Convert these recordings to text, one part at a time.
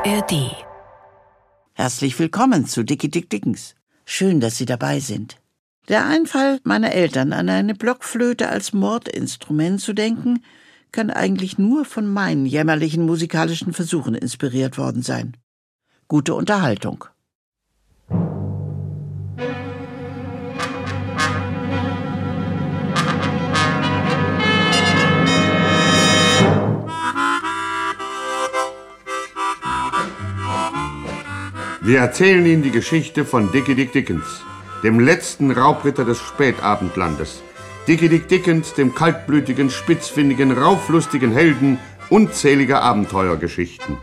ARD. Herzlich willkommen zu Dickie Dick Dickens. Schön, dass Sie dabei sind. Der Einfall meiner Eltern, an eine Blockflöte als Mordinstrument zu denken, kann eigentlich nur von meinen jämmerlichen musikalischen Versuchen inspiriert worden sein. Gute Unterhaltung. Wir erzählen Ihnen die Geschichte von Dickie Dick Dickens, dem letzten Raubritter des Spätabendlandes. Dickie Dick Dickens, dem kaltblütigen, spitzfindigen, rauflustigen Helden unzähliger Abenteuergeschichten.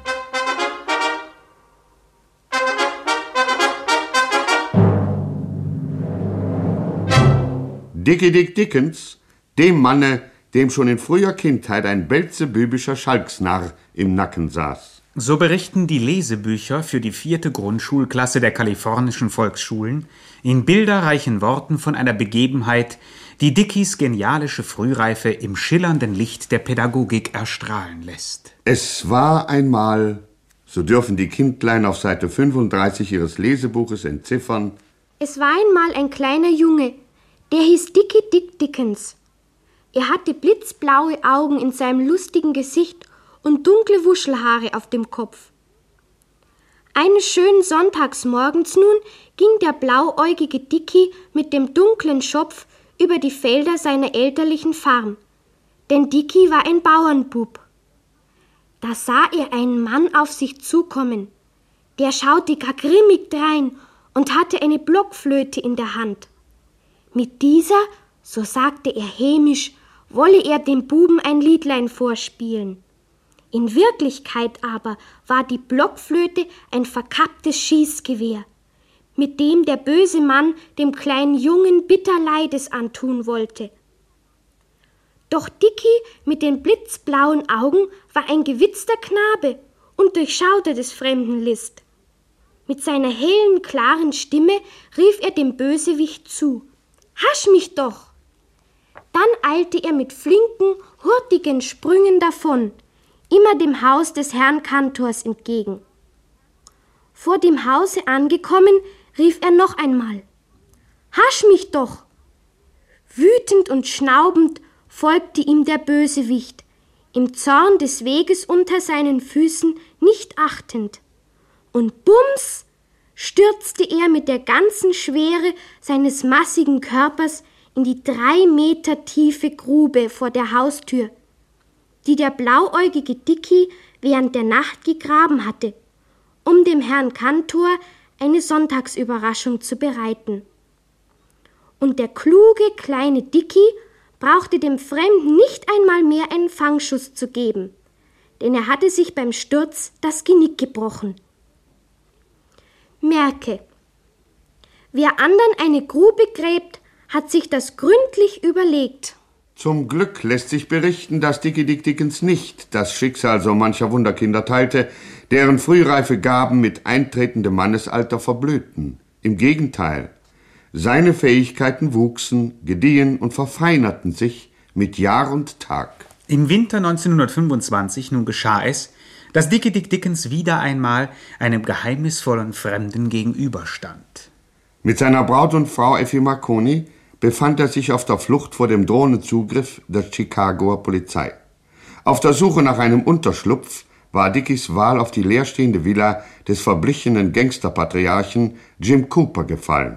Dickie Dick Dickens, dem Manne, dem schon in früher Kindheit ein belzebübischer Schalksnarr im Nacken saß. So berichten die Lesebücher für die 4. Grundschulklasse der kalifornischen Volksschulen in bilderreichen Worten von einer Begebenheit, die Dickies genialische Frühreife im schillernden Licht der Pädagogik erstrahlen lässt. Es war einmal, so dürfen die Kindlein auf Seite 35 ihres Lesebuches entziffern: Es war einmal ein kleiner Junge, der hieß Dickie Dick Dickens. Er hatte blitzblaue Augen in seinem lustigen Gesicht und dunkle Wuschelhaare auf dem Kopf. Eines schönen Sonntagsmorgens nun ging der blauäugige Dickie mit dem dunklen Schopf über die Felder seiner elterlichen Farm, denn Dickie war ein Bauernbub. Da sah er einen Mann auf sich zukommen. Der schaute gar grimmig drein und hatte eine Blockflöte in der Hand. Mit dieser, so sagte er hämisch, wolle er dem Buben ein Liedlein vorspielen. In Wirklichkeit aber war die Blockflöte ein verkapptes Schießgewehr, mit dem der böse Mann dem kleinen Jungen bitter Leides antun wollte. Doch Dickie mit den blitzblauen Augen war ein gewitzter Knabe und durchschaute des Fremden List. Mit seiner hellen, klaren Stimme rief er dem Bösewicht zu: »Hasch mich doch!« Dann eilte er mit flinken, hurtigen Sprüngen davon, immer dem Haus des Herrn Kantors entgegen. Vor dem Hause angekommen, rief er noch einmal: »Hasch mich doch!« Wütend und schnaubend folgte ihm der Bösewicht, im Zorn des Weges unter seinen Füßen nicht achtend. Und bums stürzte er mit der ganzen Schwere seines massigen Körpers in die 3 Meter tiefe Grube vor der Haustür, die der blauäugige Dickie während der Nacht gegraben hatte, um dem Herrn Kantor eine Sonntagsüberraschung zu bereiten. Und der kluge kleine Dickie brauchte dem Fremden nicht einmal mehr einen Fangschuss zu geben, denn er hatte sich beim Sturz das Genick gebrochen. Merke, wer anderen eine Grube gräbt, hat sich das gründlich überlegt. Zum Glück lässt sich berichten, dass Dickie Dick Dickens nicht das Schicksal so mancher Wunderkinder teilte, deren frühreife Gaben mit eintretendem Mannesalter verblühten. Im Gegenteil, seine Fähigkeiten wuchsen, gediehen und verfeinerten sich mit Jahr und Tag. Im Winter 1925 nun geschah es, dass Dickie Dick Dickens wieder einmal einem geheimnisvollen Fremden gegenüberstand. Mit seiner Braut und Frau Effie Marconi befand er sich auf der Flucht vor dem drohenden Zugriff der Chicagoer Polizei. Auf der Suche nach einem Unterschlupf war Dickies Wahl auf die leerstehende Villa des verblichenen Gangsterpatriarchen Jim Cooper gefallen.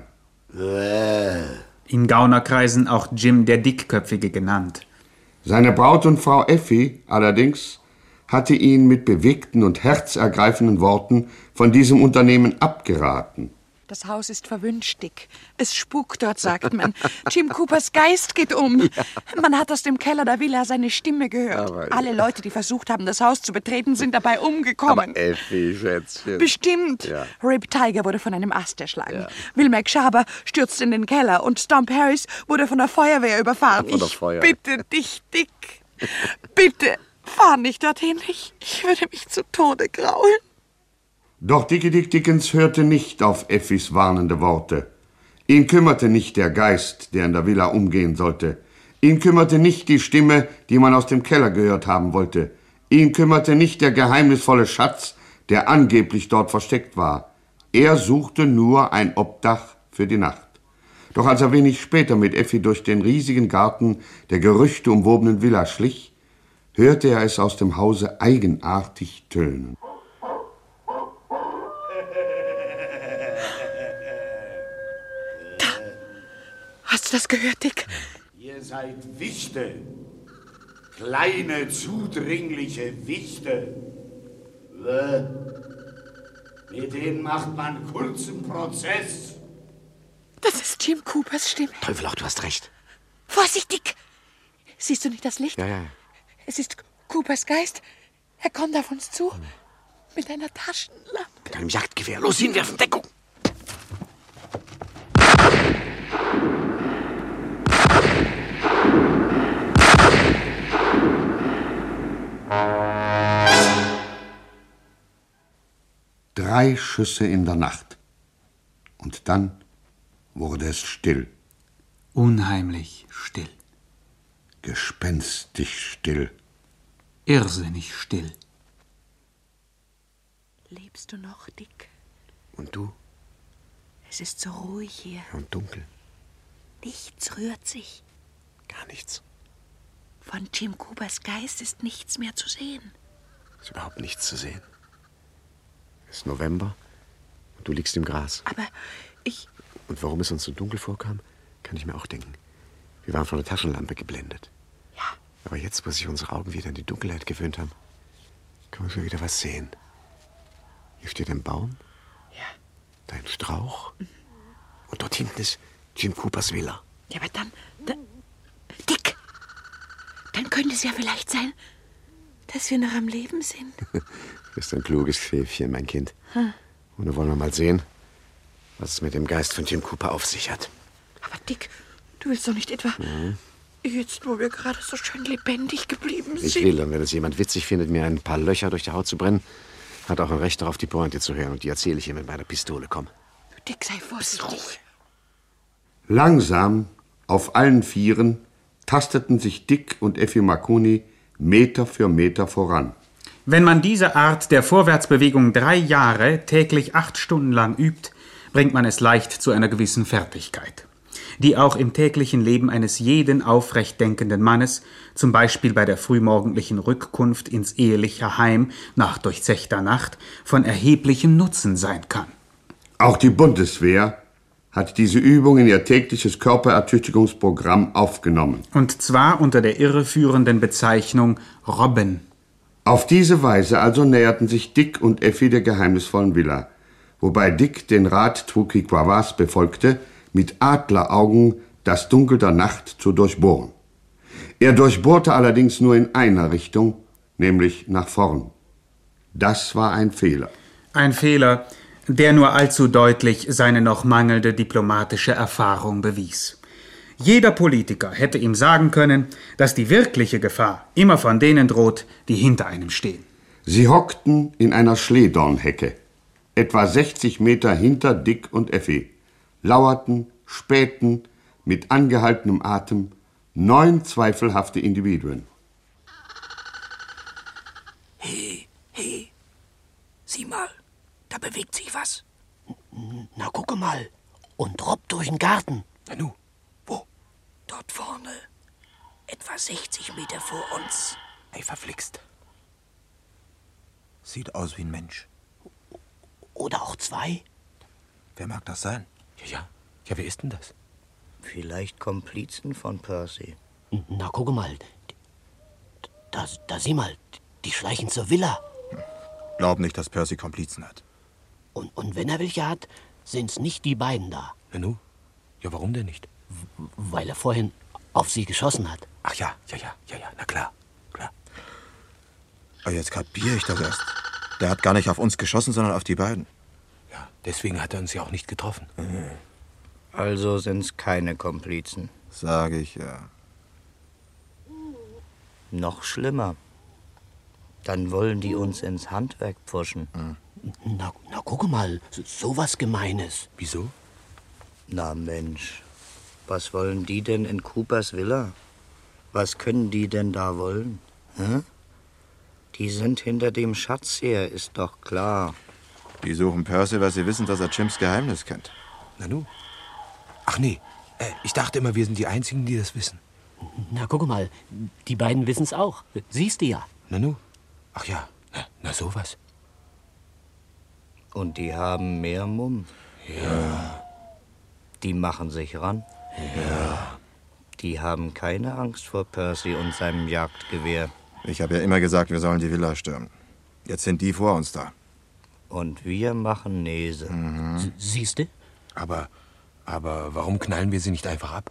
In Gaunerkreisen auch Jim der Dickköpfige genannt. Seine Braut und Frau Effie allerdings hatte ihn mit bewegten und herzergreifenden Worten von diesem Unternehmen abgeraten. Das Haus ist verwünscht, Dick. Es spukt dort, sagt man. Jim Coopers Geist geht um. Ja. Man hat aus dem Keller der Villa seine Stimme gehört. Aber alle Leute, die versucht haben, das Haus zu betreten, sind dabei umgekommen. Aber Effie, Schätzchen. Bestimmt. Ja. Rip Tiger wurde von einem Ast erschlagen. Ja. Will McShaber stürzt in den Keller und Stomp Harris wurde von der Feuerwehr überfahren. Von der Feuerwehr. Ich bitte dich, Dick. Bitte, fahr nicht dorthin. Ich würde mich zu Tode graulen. Doch Dickie Dick Dickens hörte nicht auf Effies warnende Worte. Ihn kümmerte nicht der Geist, der in der Villa umgehen sollte. Ihn kümmerte nicht die Stimme, die man aus dem Keller gehört haben wollte. Ihn kümmerte nicht der geheimnisvolle Schatz, der angeblich dort versteckt war. Er suchte nur ein Obdach für die Nacht. Doch als er wenig später mit Effi durch den riesigen Garten der gerüchteumwobenen Villa schlich, hörte er es aus dem Hause eigenartig tönen. Hast du das gehört, Dick? Ihr seid Wichte. Kleine, zudringliche Wichte. Mit denen macht man kurzen Prozess. Das ist Jim Coopers Stimme. Teufel auch, du hast recht. Vorsicht, Dick! Siehst du nicht das Licht? Ja. Es ist Coopers Geist. Er kommt auf uns zu. Mit einer Taschenlampe. Mit einem Jagdgewehr. Los, hinwerfen, Deckung! Drei Schüsse in der Nacht. Und dann wurde es still. Unheimlich still. Gespenstisch still. Irrsinnig still. Lebst du noch, Dick? Und du? Es ist so ruhig hier. Und dunkel. Nichts rührt sich. Gar nichts. Von Jim Coopers Geist ist nichts mehr zu sehen. Ist überhaupt nichts zu sehen. Es ist November und du liegst im Gras. Aber ich... Und warum es uns so dunkel vorkam, kann ich mir auch denken. Wir waren von der Taschenlampe geblendet. Ja. Aber jetzt, wo sich unsere Augen wieder an die Dunkelheit gewöhnt haben, können wir wieder was sehen. Hier steht ein Baum. Ja. Da ein Strauch. Und dort hinten ist Jim Coopers Villa. Ja, aber dann... Dick! Dann könnte es ja vielleicht sein, dass wir noch am Leben sind. Du bist ein kluges Pfäffchen, mein Kind. Und nun wollen wir mal sehen, was es mit dem Geist von Jim Cooper auf sich hat. Aber Dick, du willst doch nicht etwa... Jetzt, wo wir gerade so schön lebendig geblieben sind... Ich will, und wenn es jemand witzig findet, mir ein paar Löcher durch die Haut zu brennen, hat auch ein Recht darauf, die Pointe zu hören. Und die erzähle ich ihm mit meiner Pistole. Komm. Dick, sei vorsichtig. Langsam, auf allen Vieren, tasteten sich Dick und Effi Marconi Meter für Meter voran. Wenn man diese Art der Vorwärtsbewegung 3 Jahre täglich 8 Stunden lang übt, bringt man es leicht zu einer gewissen Fertigkeit, die auch im täglichen Leben eines jeden aufrecht denkenden Mannes, zum Beispiel bei der frühmorgendlichen Rückkunft ins eheliche Heim nach durchzechter Nacht, von erheblichem Nutzen sein kann. Auch die Bundeswehr hat diese Übung in ihr tägliches Körperertüchtigungsprogramm aufgenommen. Und zwar unter der irreführenden Bezeichnung Robben. Auf diese Weise also näherten sich Dick und Effi der geheimnisvollen Villa, wobei Dick den Rat Truquiquavas befolgte, mit Adleraugen das Dunkel der Nacht zu durchbohren. Er durchbohrte allerdings nur in einer Richtung, nämlich nach vorn. Das war ein Fehler. Ein Fehler, der nur allzu deutlich seine noch mangelnde diplomatische Erfahrung bewies. Jeder Politiker hätte ihm sagen können, dass die wirkliche Gefahr immer von denen droht, die hinter einem stehen. Sie hockten in einer Schlehdornhecke, etwa 60 Meter hinter Dick und Effi, lauerten, spähten, mit angehaltenem Atem, 9 zweifelhafte Individuen. Hey, sieh mal, da bewegt sich was. Na, gucke mal. Und robbt durch den Garten. Na nu, wo? Dort vorne, etwa 60 Meter vor uns. Ey, verflixt. Sieht aus wie ein Mensch. Oder auch 2. Wer mag das sein? Ja, wer ist denn das? Vielleicht Komplizen von Percy. Na, gucke mal. Da sieh mal. Die schleichen zur Villa. Glaub nicht, dass Percy Komplizen hat. Und wenn er welche hat, sind's nicht die beiden da. Na nu? Ja, warum denn nicht? Weil er vorhin auf sie geschossen hat. Ach ja, na klar. Aber jetzt kapiere ich das erst. Der hat gar nicht auf uns geschossen, sondern auf die beiden. Ja, deswegen hat er uns ja auch nicht getroffen. Also sind's keine Komplizen. Sage ich ja. Noch schlimmer. Dann wollen die uns ins Handwerk pfuschen. Na, gucke mal. So was Gemeines. Wieso? Na Mensch, was wollen die denn in Coopers Villa? Was können die denn da wollen? Hä? Die sind hinter dem Schatz her, ist doch klar. Die suchen Percy, weil sie wissen, dass er Jims Geheimnis kennt. Nanu? Ach nee, ich dachte immer, wir sind die Einzigen, die das wissen. Na, guck mal, die beiden wissen's auch. Siehst du ja. Nanu? Ach ja, na sowas. Und die haben mehr Mumm. Ja. Die machen sich ran. Ja. Die haben keine Angst vor Percy und seinem Jagdgewehr. Ich habe ja immer gesagt, wir sollen die Villa stürmen. Jetzt sind die vor uns da. Und wir machen Nese. Siehst du? Aber warum knallen wir sie nicht einfach ab?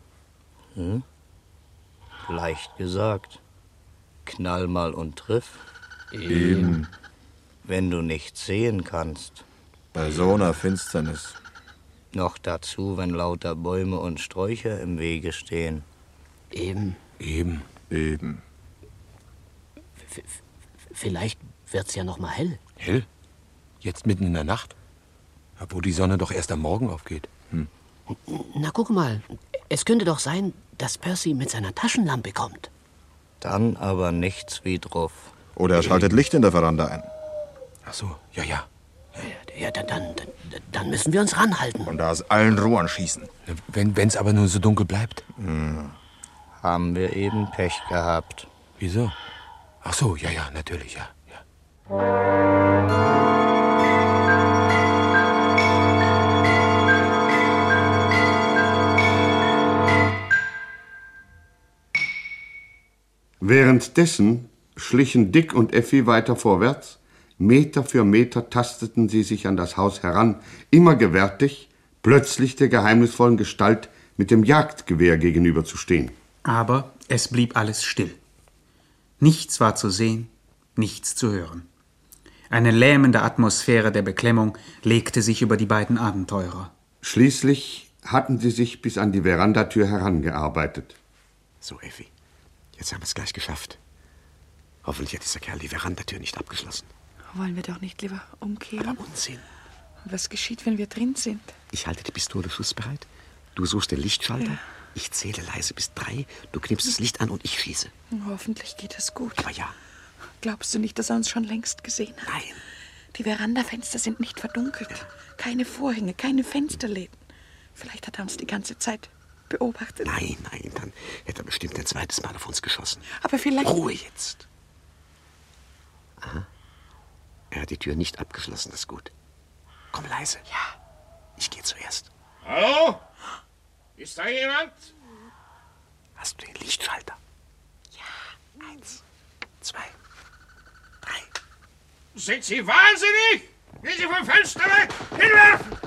Leicht gesagt. Knall mal und triff. Eben. Wenn du nichts sehen kannst. Bei so einer Finsternis. Noch dazu, wenn lauter Bäume und Sträucher im Wege stehen. Eben. Vielleicht wird's ja noch mal hell. Hell? Jetzt mitten in der Nacht? Obwohl die Sonne doch erst am Morgen aufgeht. Na, guck mal. Es könnte doch sein, dass Percy mit seiner Taschenlampe kommt. Dann aber nichts wie drauf. Oder er schaltet Licht in der Veranda ein. Ach so, ja. Ja, dann müssen wir uns ranhalten. Und da aus allen Rohren schießen. Wenn's aber nur so dunkel bleibt. Haben wir eben Pech gehabt. Wieso? Ach so, ja, natürlich, ja. Währenddessen schlichen Dick und Effi weiter vorwärts. Meter für Meter tasteten sie sich an das Haus heran, immer gewärtig, plötzlich der geheimnisvollen Gestalt mit dem Jagdgewehr gegenüberzustehen. Aber es blieb alles still. Nichts war zu sehen, nichts zu hören. Eine lähmende Atmosphäre der Beklemmung legte sich über die beiden Abenteurer. Schließlich hatten sie sich bis an die Verandatür herangearbeitet. So, Effi, jetzt haben wir es gleich geschafft. Hoffentlich hat dieser Kerl die Verandatür nicht abgeschlossen. Wollen wir doch nicht lieber umkehren? Aber Unsinn. Und was geschieht, wenn wir drin sind? Ich halte die Pistole schussbereit. Du suchst den Lichtschalter. Ja. Ich zähle leise bis 3. Du knipst das Licht an und ich schieße. Hoffentlich geht es gut. Aber ja. Glaubst du nicht, dass er uns schon längst gesehen hat? Nein. Die Verandafenster sind nicht verdunkelt. Ja. Keine Vorhänge, keine Fensterläden. Vielleicht hat er uns die ganze Zeit beobachtet. Nein, dann hätte er bestimmt ein zweites Mal auf uns geschossen. Aber vielleicht... Ruhe jetzt. Aha. Er hat die Tür nicht abgeschlossen, das ist gut. Komm leise. Ja. Ich gehe zuerst. Hallo? Ist da jemand? Hast du den Lichtschalter? Ja. 1, 2, 3. Sind Sie wahnsinnig? Gehen Sie vom Fenster weg! Hinwerfen!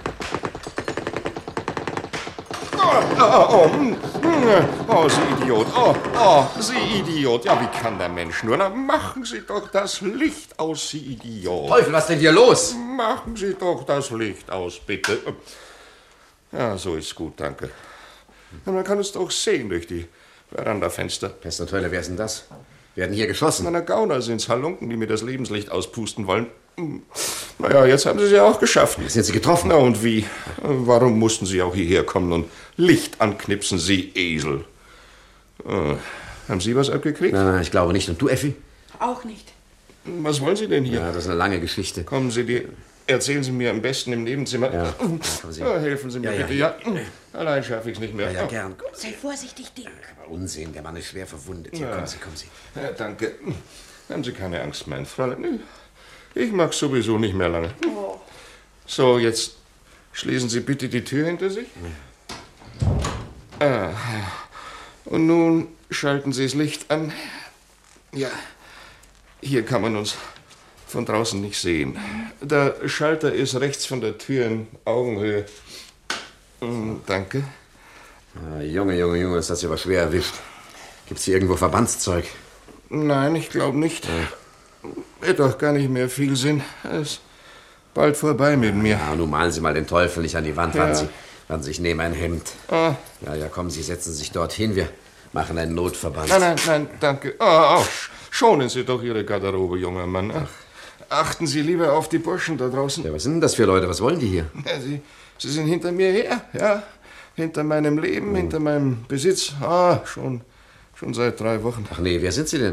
Oh, Sie Idiot. Oh, Sie Idiot. Ja, wie kann der Mensch nur? Na, machen Sie doch das Licht aus, Sie Idiot. Teufel, was ist denn hier los? Machen Sie doch das Licht aus, bitte. Ja, so ist gut, danke. Ja, man kann es doch sehen durch die Verandafenster. Pest und Hölle, wer ist denn das? Wir werden hier geschossen. Na, Gauner sind's, Halunken, die mir das Lebenslicht auspusten wollen. Naja, jetzt haben Sie es ja auch geschafft. Sind Sie getroffen? Na und wie? Warum mussten Sie auch hierher kommen und Licht anknipsen, Sie Esel? Haben Sie was abgekriegt? Nein, ich glaube nicht. Und du, Effi? Auch nicht. Was wollen Sie denn hier? Ja, das ist eine lange Geschichte. Kommen Sie, erzählen Sie mir am besten im Nebenzimmer. Ja, kommen Sie. Ja, helfen Sie mir bitte. Ja. Allein schaffe ich es nicht mehr. Ja, gern. Sei vorsichtig, Dick. Aber Unsinn, der Mann ist schwer verwundet. Hier, kommen Sie. Ja, danke. Haben Sie keine Angst, mein Fräulein. Ich mag's sowieso nicht mehr lange. Oh. So, jetzt schließen Sie bitte die Tür hinter sich. Und nun schalten Sie das Licht an. Ja, hier kann man uns von draußen nicht sehen. Der Schalter ist rechts von der Tür in Augenhöhe. Danke. Junge, das hast du aber schwer erwischt. Gibt's hier irgendwo Verbandszeug? Nein, ich glaube nicht. Wird doch gar nicht mehr viel Sinn. Ist bald vorbei mit mir. Ja, nun malen Sie mal den Teufel nicht an die Wand. Ja. Warten Sie, ich nehme ein Hemd. Ja, kommen Sie, setzen Sie sich dorthin. Wir machen einen Notverband. Nein, danke. Schonen Sie doch Ihre Garderobe, junger Mann. Achten Sie lieber auf die Burschen da draußen. Ja, was sind denn das für Leute? Was wollen die hier? Ja, Sie sind hinter mir her, ja. Hinter meinem Leben, hinter meinem Besitz. Schon seit 3 Wochen. Ach nee, wer sind Sie denn?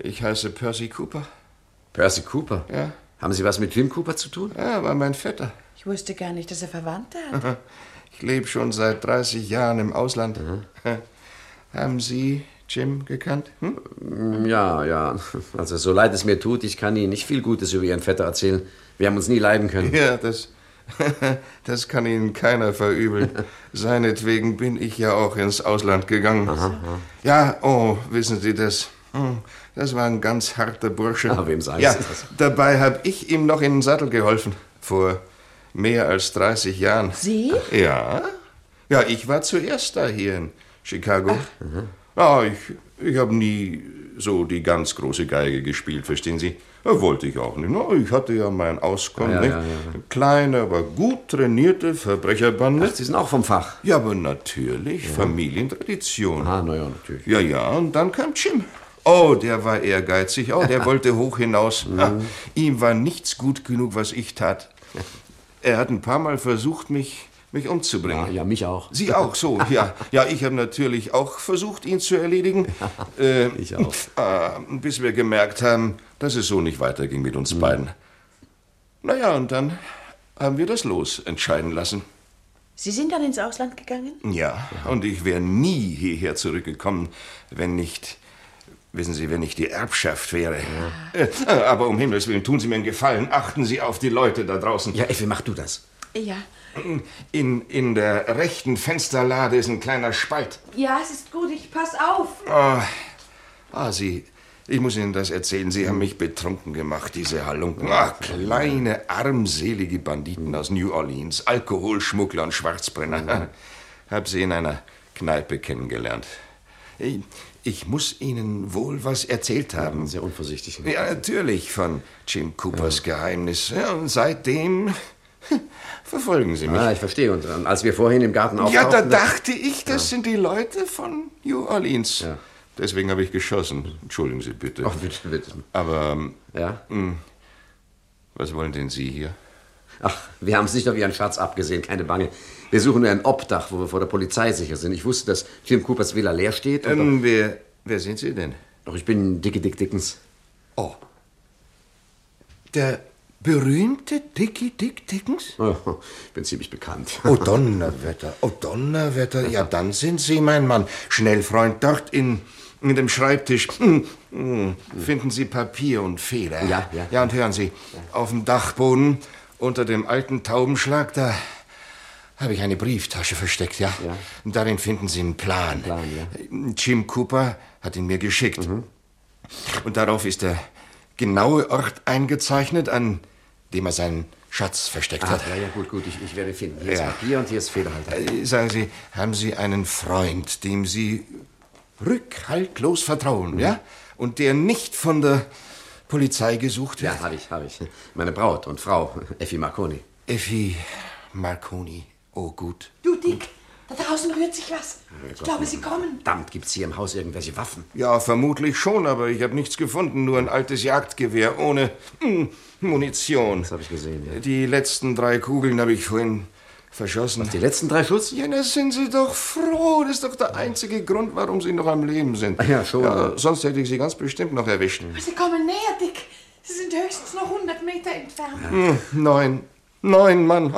Ich heiße Percy Cooper. Percy Cooper? Ja. Haben Sie was mit Jim Cooper zu tun? Ja, war mein Vetter. Ich wusste gar nicht, dass er Verwandte hat. Ich lebe schon seit 30 Jahren im Ausland. Haben Sie Jim gekannt? Ja. Also, so leid es mir tut, ich kann Ihnen nicht viel Gutes über Ihren Vetter erzählen. Wir haben uns nie leiden können. Ja, das kann Ihnen keiner verübeln. Seinetwegen bin ich ja auch ins Ausland gegangen. Aha. Ja, wissen Sie das? Das war ein ganz harter Bursche. Aber wem sagen Sie das? Dabei habe ich ihm noch in den Sattel geholfen. Vor mehr als 30 Jahren. Sie? Ja. Ja, ich war zuerst da hier in Chicago. Ja, ich habe nie so die ganz große Geige gespielt, verstehen Sie? Wollte ich auch nicht. Na, ich hatte ja mein Auskommen. Ja. Eine kleine, aber gut trainierte Verbrecherbande. Ach, Sie sind auch vom Fach? Ja, aber natürlich. Familientradition. Ah, naja, natürlich. Ja, und dann kam Jim. Oh, der war ehrgeizig. Oh, der wollte hoch hinaus. Ihm war nichts gut genug, was ich tat. Er hat ein paar Mal versucht, mich umzubringen. Ja, mich auch. Sie auch, so, ja. Ja, ich habe natürlich auch versucht, ihn zu erledigen. Ich auch. Bis wir gemerkt haben, dass es so nicht weiterging mit uns beiden. Naja, und dann haben wir das Los entscheiden lassen. Sie sind dann ins Ausland gegangen? Ja, und ich wäre nie hierher zurückgekommen, wenn nicht die Erbschaft wäre. Aber um Himmels Willen, tun Sie mir einen Gefallen. Achten Sie auf die Leute da draußen. Ja, Effi, mach du das. Ja. In der rechten Fensterlade ist ein kleiner Spalt. Ja, es ist gut, ich pass auf. Ich muss Ihnen das erzählen. Sie haben mich betrunken gemacht, diese Halunken. Kleine, armselige Banditen aus New Orleans, Alkoholschmuggler und Schwarzbrenner. Hab sie in einer Kneipe kennengelernt. Ich muss Ihnen wohl was erzählt haben. Sehr unvorsichtig. Ja, natürlich, von Jim Coopers Geheimnis. Ja, und seitdem verfolgen Sie mich. Ich verstehe. Und als wir vorhin im Garten auftauchten... Ja, da dachte ich, das sind die Leute von New Orleans. Ja. Deswegen habe ich geschossen. Entschuldigen Sie bitte. Ach, bitte. Aber, ja? Was wollen denn Sie hier? Ach, wir haben es nicht auf Ihren Schatz abgesehen, keine Bange. Wir suchen nur ein Obdach, wo wir vor der Polizei sicher sind. Ich wusste, dass Jim Coopers Villa leer steht. Wer sind Sie denn? Doch, ich bin Dickie Dick Dickens. Oh. Der berühmte Dickie Dick Dickens? Oh, ich bin ziemlich bekannt. Oh, Donnerwetter. Ja, dann sind Sie mein Mann. Schnell, Freund, dort in dem Schreibtisch. Finden Sie Papier und Feder. Ja. Ja, und hören Sie, auf dem Dachboden, unter dem alten Taubenschlag, da habe ich eine Brieftasche versteckt, ja. Und darin finden Sie einen Plan. Jim Cooper hat ihn mir geschickt. Und darauf ist der genaue Ort eingezeichnet, an dem er seinen Schatz versteckt hat. Ja, gut, ich werde finden. Hier ist Papier und hier ist Federhalter. Sagen Sie, haben Sie einen Freund, dem Sie rückhaltlos vertrauen, ja? Und der nicht von der Polizei gesucht wird? Ja, habe ich. Meine Braut und Frau, Effi Marconi. Effi Marconi, oh gut. Du, Dick, da draußen rührt sich was. Ich glaube, sie kommen. Verdammt, gibt's hier im Haus irgendwelche Waffen? Ja, vermutlich schon, aber ich habe nichts gefunden. Nur ein altes Jagdgewehr ohne Munition. Das habe ich gesehen, ja. Die letzten 3 Kugeln habe ich vorhin verschossen. Was, die letzten 3 Schuss? Ja, da sind Sie doch froh. Das ist doch der einzige Grund, warum Sie noch am Leben sind. Ja, schon. Ja, sonst hätte ich Sie ganz bestimmt noch erwischt. Sie kommen näher, Dick. Sie sind höchstens noch 100 Meter entfernt. 9 Mann.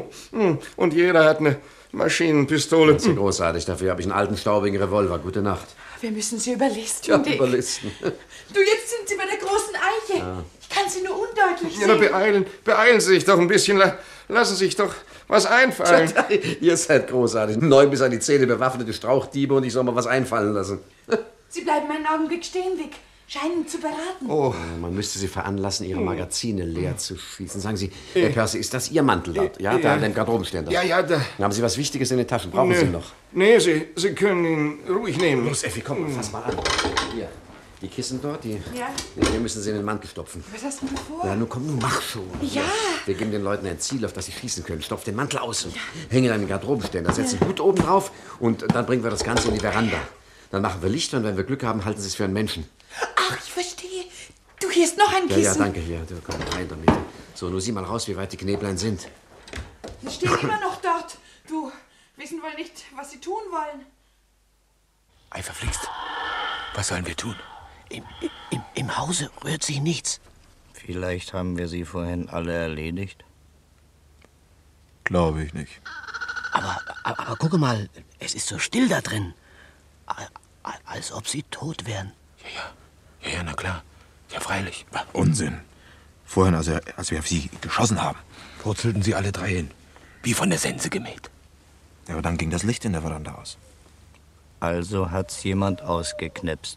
Und jeder hat eine Maschinenpistole. Das ist ja großartig. Dafür habe ich einen alten, staubigen Revolver. Gute Nacht. Wir müssen sie überlisten, Ja, Dick. überlisten. Du, jetzt sind sie bei der großen Eiche. Ja. Ich kann sie nur undeutlich Ja, sehen. beeilen Sie sich doch ein bisschen. Lassen Sie sich doch was einfallen. Ihr seid großartig. 9 bis an die Zähne bewaffnete Strauchdiebe und ich soll mal was einfallen lassen. Sie bleiben einen Augenblick stehen, Dick. Scheinen zu beraten. Oh. Man müsste Sie veranlassen, Ihre Magazine leer zu schießen. Sagen Sie, Herr Percy, ist das Ihr Mantel dort? Ja, da an dem Garderobenständer? Ja, da. Haben Sie was Wichtiges in den Taschen? Brauchen Sie noch? Nee, Sie können ihn ruhig nehmen. Los, Effi, komm, fass mal an. Hier, die Kissen dort, hier müssen Sie in den Mantel stopfen. Was hast du denn vor? Ja, nun komm, nun mach schon. Ja. Wir geben den Leuten ein Ziel, auf das sie schießen können. Stopf den Mantel aus und hänge dann den Garderobenständer. Setz den Hut oben drauf und dann bringen wir das Ganze in die Veranda. Dann machen wir Licht und wenn wir Glück haben, halten Sie es für einen Menschen. Ach, ich verstehe. Du, hier ist noch ein Kissen. Ja, danke, hier. Du, komm rein damit. So, nur sieh mal raus, wie weit die Knäblein sind. Sie stehen immer noch dort. Du, wissen wohl nicht, was sie tun wollen. Ei, verflixt. Was sollen wir tun? Im Hause rührt sich nichts. Vielleicht haben wir sie vorhin alle erledigt. Glaube ich nicht. Aber gucke mal, es ist so still da drin. Als ob sie tot wären. Ja, na klar. Ja, freilich. Unsinn. Vorhin, als wir auf sie geschossen haben. Purzelten sie alle drei hin. Wie von der Sense gemäht. Ja, aber dann ging das Licht in der Veranda aus. Also hat's jemand ausgeknipst.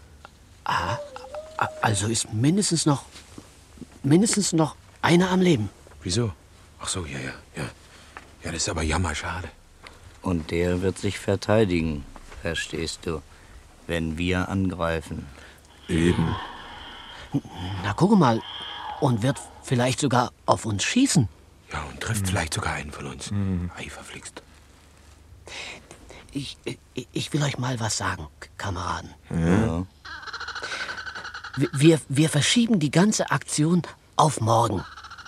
Also ist mindestens noch einer am Leben. Wieso? Ach so, ja. Ja, das ist aber jammerschade. Und der wird sich verteidigen, verstehst du, wenn wir angreifen. Eben. Na, gucke mal. Und wird vielleicht sogar auf uns schießen. Ja, und trifft vielleicht sogar einen von uns. Ei, verflixt. Ich will euch mal was sagen, Kameraden. Ja. Wir verschieben die ganze Aktion auf morgen.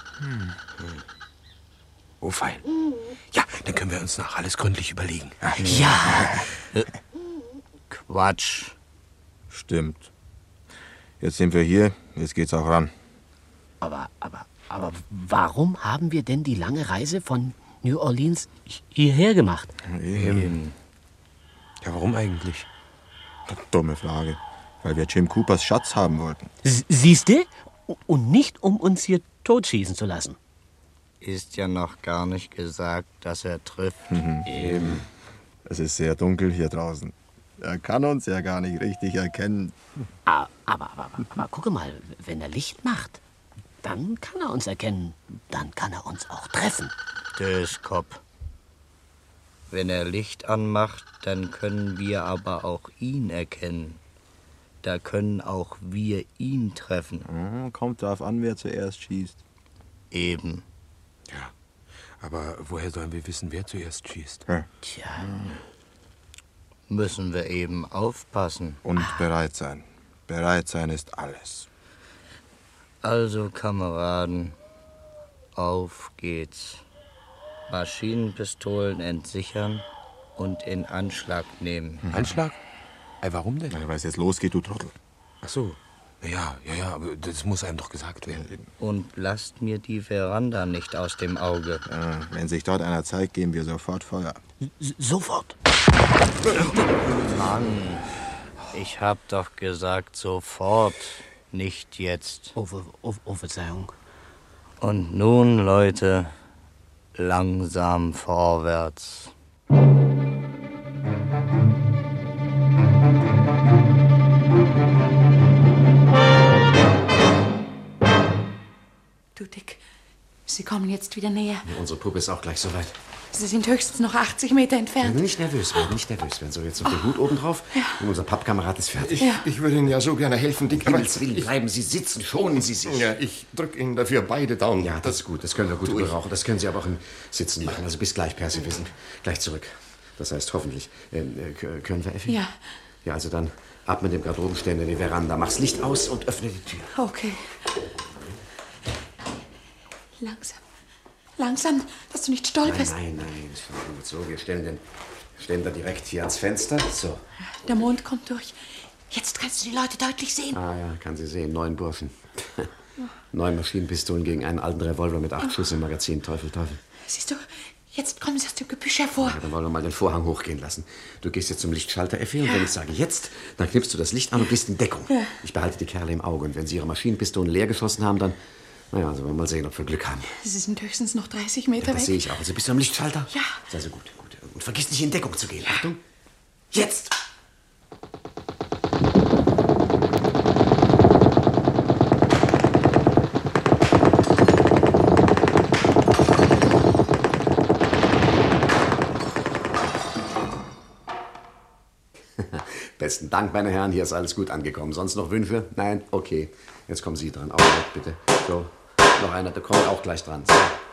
Oh, fein. Ja, dann können wir uns noch alles gründlich überlegen. Ja. Quatsch. Stimmt. Jetzt sind wir hier, jetzt geht's auch ran. Aber warum haben wir denn die lange Reise von New Orleans hierher gemacht? Eben. Ja, warum eigentlich? Dumme Frage. Weil wir Jim Coopers Schatz haben wollten. Siehst du? Und nicht, um uns hier totschießen zu lassen. Ist ja noch gar nicht gesagt, dass er trifft. Eben. Es ist sehr dunkel hier draußen. Er kann uns ja gar nicht richtig erkennen. Aber gucke mal, wenn er Licht macht, dann kann er uns erkennen. Dann kann er uns auch treffen. Döskop. Wenn er Licht anmacht, dann können wir aber auch ihn erkennen. Da können auch wir ihn treffen. Kommt darauf an, wer zuerst schießt. Eben. Ja, aber woher sollen wir wissen, wer zuerst schießt? Tja. Müssen wir eben aufpassen. Und bereit sein. Bereit sein ist alles. Also, Kameraden, auf geht's. Maschinenpistolen entsichern und in Anschlag nehmen. Anschlag? Warum denn? Weil es jetzt losgeht, du Trottel. Ach so. Ja, aber das muss einem doch gesagt werden. Und lasst mir die Veranda nicht aus dem Auge. Ja, wenn sich dort einer zeigt, geben wir sofort Feuer. Sofort. Mann, ich hab doch gesagt sofort, nicht jetzt. Oh, Verzeihung. Und nun, Leute, langsam vorwärts. Du, Dick, sie kommen jetzt wieder näher. Ja, unsere Puppe ist auch gleich soweit. Sie sind höchstens noch 80 Meter entfernt. Nicht nervös werden. So, jetzt noch den Hut oben drauf. Ja. Und unser Pappkamerad ist fertig. Ich würde Ihnen ja so gerne helfen, Dick. Um Himmels Willen, bleiben Sie sitzen, schonen Sie sich. Ja, ich drücke Ihnen dafür beide Daumen. Ja, das ist gut. Das können wir gut gebrauchen. Das können Sie aber auch im Sitzen machen. Also bis gleich, Percy. Wir sind gleich zurück. Das heißt, hoffentlich. Können wir, Effi? Ja. Ja, also dann ab mit dem Garderobenständer in die Veranda. Mach's Licht aus und öffne die Tür. Okay. Langsam, dass du nicht stolperst. Nein. Das ist gut. So, wir stellen den Ständer direkt hier ans Fenster. So. Der Mond kommt durch. Jetzt kannst du die Leute deutlich sehen. Ah ja, kann sie sehen. 9 Burschen. 9 Maschinenpistolen gegen einen alten Revolver mit 8 Schuss im Magazin. Teufel. Siehst du, jetzt kommen sie aus dem Gebüsch hervor. Ja, dann wollen wir mal den Vorhang hochgehen lassen. Du gehst jetzt zum Lichtschalter, Effi, und wenn ich sage jetzt, dann knippst du das Licht an und bist in Deckung. Ja. Ich behalte die Kerle im Auge. Und wenn sie ihre Maschinenpistolen leer geschossen haben, dann... Naja, also wollen wir mal sehen, ob wir Glück haben. Sie sind höchstens noch 30 Meter Ja, weg. das sehe ich auch. Also bist du am Lichtschalter? Ja. Ist also gut. Und vergiss nicht, in Deckung zu gehen. Achtung. Jetzt! Besten Dank, meine Herren. Hier ist alles gut angekommen. Sonst noch Wünsche? Nein? Okay. Jetzt kommen Sie dran. Augen weg, bitte. So. Noch einer, der kommt auch gleich dran. So.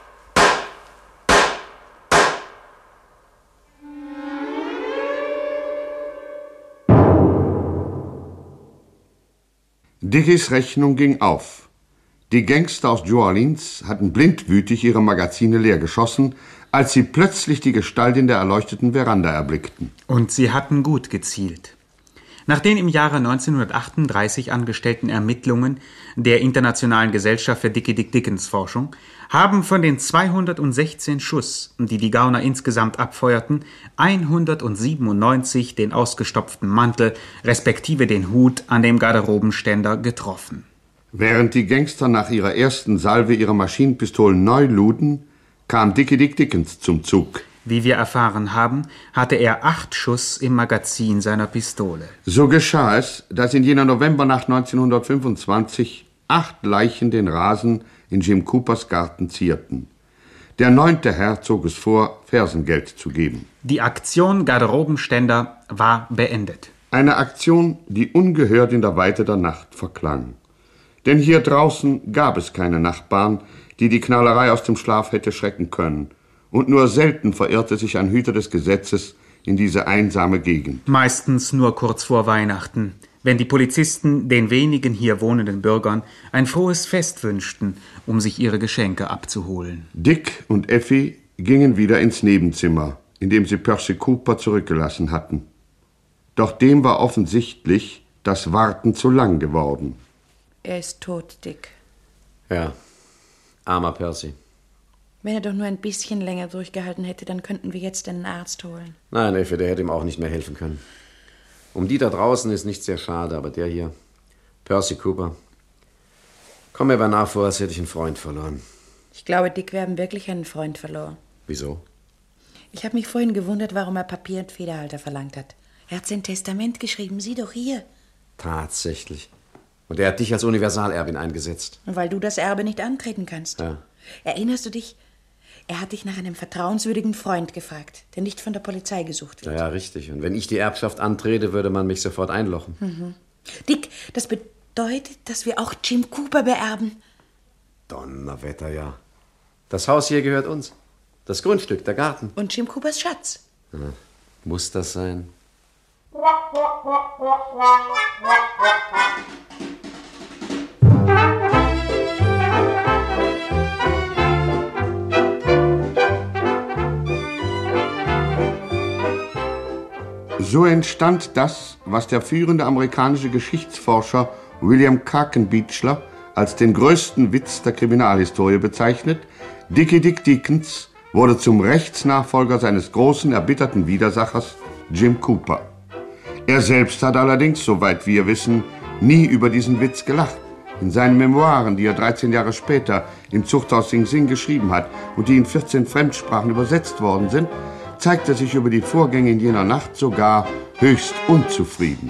Dickys Rechnung ging auf. Die Gangster aus New Orleans hatten blindwütig ihre Magazine leer geschossen, als sie plötzlich die Gestalt in der erleuchteten Veranda erblickten. Und sie hatten gut gezielt. Nach den im Jahre 1938 angestellten Ermittlungen der Internationalen Gesellschaft für Dickie-Dick-Dickens-Forschung haben von den 216 Schuss, die die Gauner insgesamt abfeuerten, 197 den ausgestopften Mantel respektive den Hut an dem Garderobenständer getroffen. Während die Gangster nach ihrer ersten Salve ihre Maschinenpistolen neu luden, kam Dickie Dick Dickens zum Zug. Wie wir erfahren haben, hatte er 8 Schuss im Magazin seiner Pistole. So geschah es, dass in jener Novembernacht 1925 8 Leichen den Rasen in Jim Coopers Garten zierten. Der 9. Herr zog es vor, Fersengeld zu geben. Die Aktion Garderobenständer war beendet. Eine Aktion, die ungehört in der Weite der Nacht verklang. Denn hier draußen gab es keine Nachbarn, die die Knallerei aus dem Schlaf hätte schrecken können. Und nur selten verirrte sich ein Hüter des Gesetzes in diese einsame Gegend. Meistens nur kurz vor Weihnachten, wenn die Polizisten den wenigen hier wohnenden Bürgern ein frohes Fest wünschten, um sich ihre Geschenke abzuholen. Dick und Effie gingen wieder ins Nebenzimmer, in dem sie Percy Cooper zurückgelassen hatten. Doch dem war offensichtlich das Warten zu lang geworden. Er ist tot, Dick. Ja, armer Percy. Wenn er doch nur ein bisschen länger durchgehalten hätte, dann könnten wir jetzt einen Arzt holen. Nein, Effe, der hätte ihm auch nicht mehr helfen können. Um die da draußen ist nicht sehr schade, aber der hier, Percy Cooper, kommt mir beinahe vor, als hätte ich einen Freund verloren. Ich glaube, Dick, wir haben wirklich einen Freund verloren. Wieso? Ich habe mich vorhin gewundert, warum er Papier und Federhalter verlangt hat. Er hat sein Testament geschrieben, sieh doch hier. Tatsächlich. Und er hat dich als Universalerbin eingesetzt. Weil du das Erbe nicht antreten kannst. Ja. Erinnerst du dich? Er hat dich nach einem vertrauenswürdigen Freund gefragt, der nicht von der Polizei gesucht wird. Ja, richtig. Und wenn ich die Erbschaft antrete, würde man mich sofort einlochen. Mhm. Dick, das bedeutet, dass wir auch Jim Cooper beerben. Donnerwetter, ja. Das Haus hier gehört uns. Das Grundstück, der Garten. Und Jim Coopers Schatz. Ja, muss das sein? So entstand das, was der führende amerikanische Geschichtsforscher William Kaken-Beechler als den größten Witz der Kriminalhistorie bezeichnet. Dickie Dick Dickens wurde zum Rechtsnachfolger seines großen, erbitterten Widersachers Jim Cooper. Er selbst hat allerdings, soweit wir wissen, nie über diesen Witz gelacht. In seinen Memoiren, die er 13 Jahre später im Zuchthaus Sing Sing geschrieben hat und die in 14 Fremdsprachen übersetzt worden sind, zeigt er sich über die Vorgänge in jener Nacht sogar höchst unzufrieden.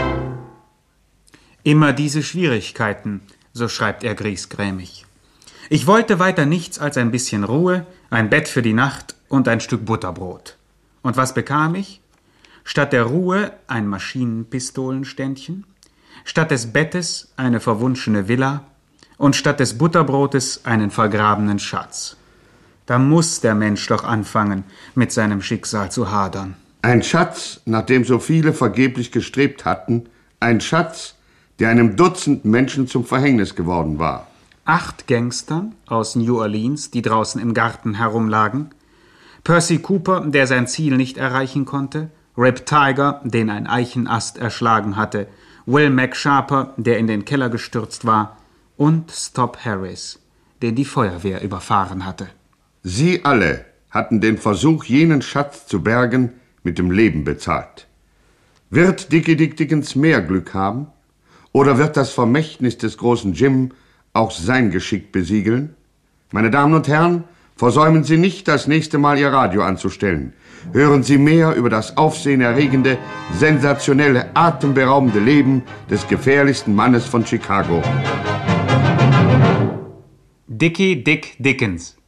Immer diese Schwierigkeiten, so schreibt er griesgrämig. Ich wollte weiter nichts als ein bisschen Ruhe, ein Bett für die Nacht und ein Stück Butterbrot. Und was bekam ich? Statt der Ruhe ein Maschinenpistolenständchen, statt des Bettes eine verwunschene Villa und statt des Butterbrotes einen vergrabenen Schatz. Da muss der Mensch doch anfangen, mit seinem Schicksal zu hadern. Ein Schatz, nach dem so viele vergeblich gestrebt hatten, ein Schatz, der einem Dutzend Menschen zum Verhängnis geworden war. 8 Gangstern aus New Orleans, die draußen im Garten herumlagen, Percy Cooper, der sein Ziel nicht erreichen konnte, Rip Tiger, den ein Eichenast erschlagen hatte, Will McSharper, der in den Keller gestürzt war, und Stop Harris, den die Feuerwehr überfahren hatte. Sie alle hatten den Versuch, jenen Schatz zu bergen, mit dem Leben bezahlt. Wird Dickie Dick Dickens mehr Glück haben? Oder wird das Vermächtnis des großen Jim auch sein Geschick besiegeln? Meine Damen und Herren, versäumen Sie nicht, das nächste Mal Ihr Radio anzustellen. Hören Sie mehr über das aufsehenerregende, sensationelle, atemberaubende Leben des gefährlichsten Mannes von Chicago. Dickie Dick Dickens.